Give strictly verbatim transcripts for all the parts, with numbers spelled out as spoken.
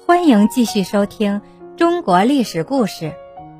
欢迎继续收听中国历史故事。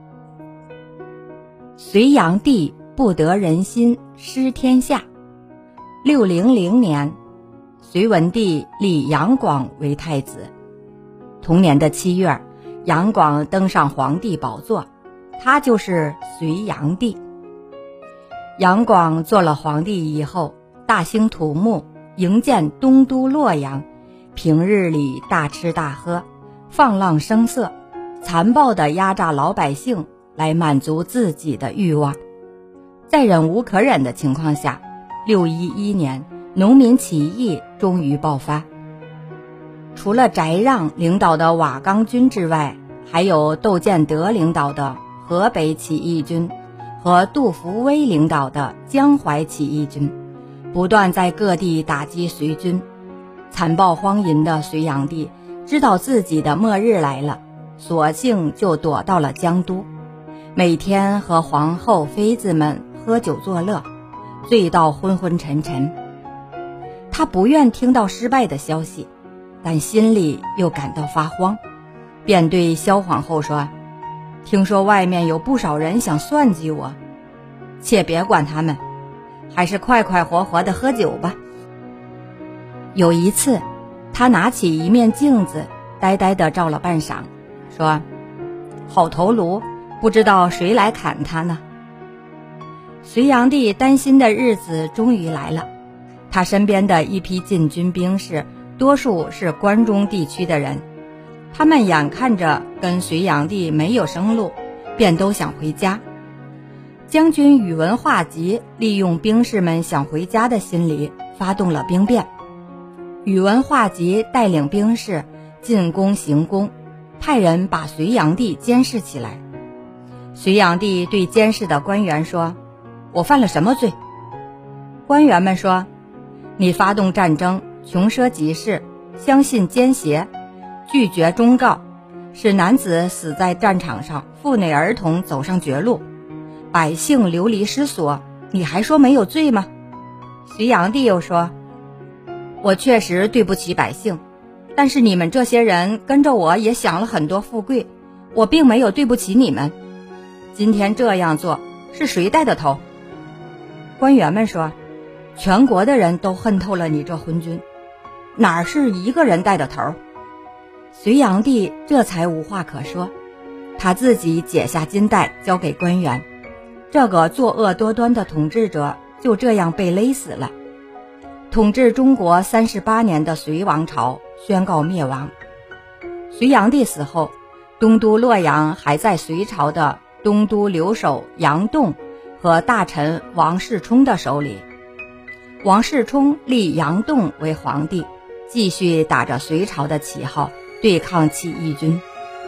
隋炀帝不得人心，失天下。六零零年，隋文帝立杨广为太子。同年的七月，杨广登上皇帝宝座，他就是隋炀帝。杨广做了皇帝以后，大兴土木，营建东都洛阳，平日里大吃大喝，放浪声色，残暴地压榨老百姓来满足自己的欲望。在忍无可忍的情况下，六一一年农民起义终于爆发。除了翟让领导的瓦岗军之外，还有窦建德领导的河北起义军和杜伏威领导的江淮起义军，不断在各地打击隋军。残暴荒淫的隋炀帝知道自己的末日来了，索性就躲到了江都，每天和皇后妃子们喝酒作乐，醉到昏昏沉沉。他不愿听到失败的消息，但心里又感到发慌，便对萧皇后说：听说外面有不少人想算计我，且别管他们，还是快快活活地喝酒吧。有一次，他拿起一面镜子，呆呆地照了半晌，说：好头颅，不知道谁来砍他呢。隋炀帝担心的日子终于来了，他身边的一批禁军兵士多数是关中地区的人，他们眼看着跟隋炀帝没有生路，便都想回家。将军宇文化及利用兵士们想回家的心理，发动了兵变。宇文化及带领兵士进宫行宫，派人把隋炀帝监视起来。隋炀帝对监视的官员说：我犯了什么罪？官员们说：你发动战争，穷奢极侈，相信奸邪，拒绝忠告，使男子死在战场上，妇女儿童走上绝路，百姓流离失所，你还说没有罪吗？隋炀帝又说：我确实对不起百姓，但是你们这些人跟着我也享了很多富贵，我并没有对不起你们。今天这样做是谁带的头？官员们说：全国的人都恨透了你这昏君，哪是一个人带的头？隋炀帝这才无话可说，他自己解下金带交给官员，这个作恶多端的统治者就这样被勒死了。统治中国三十八年的隋王朝宣告灭亡。隋炀帝死后，东都洛阳还在隋朝的东都留守杨栋和大臣王世充的手里。王世充立杨栋为皇帝，继续打着隋朝的旗号对抗起义军。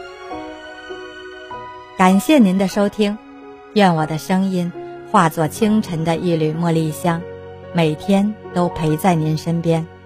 感谢您的收听，愿我的声音化作清晨的一缕茉莉香，每天都陪在您身边。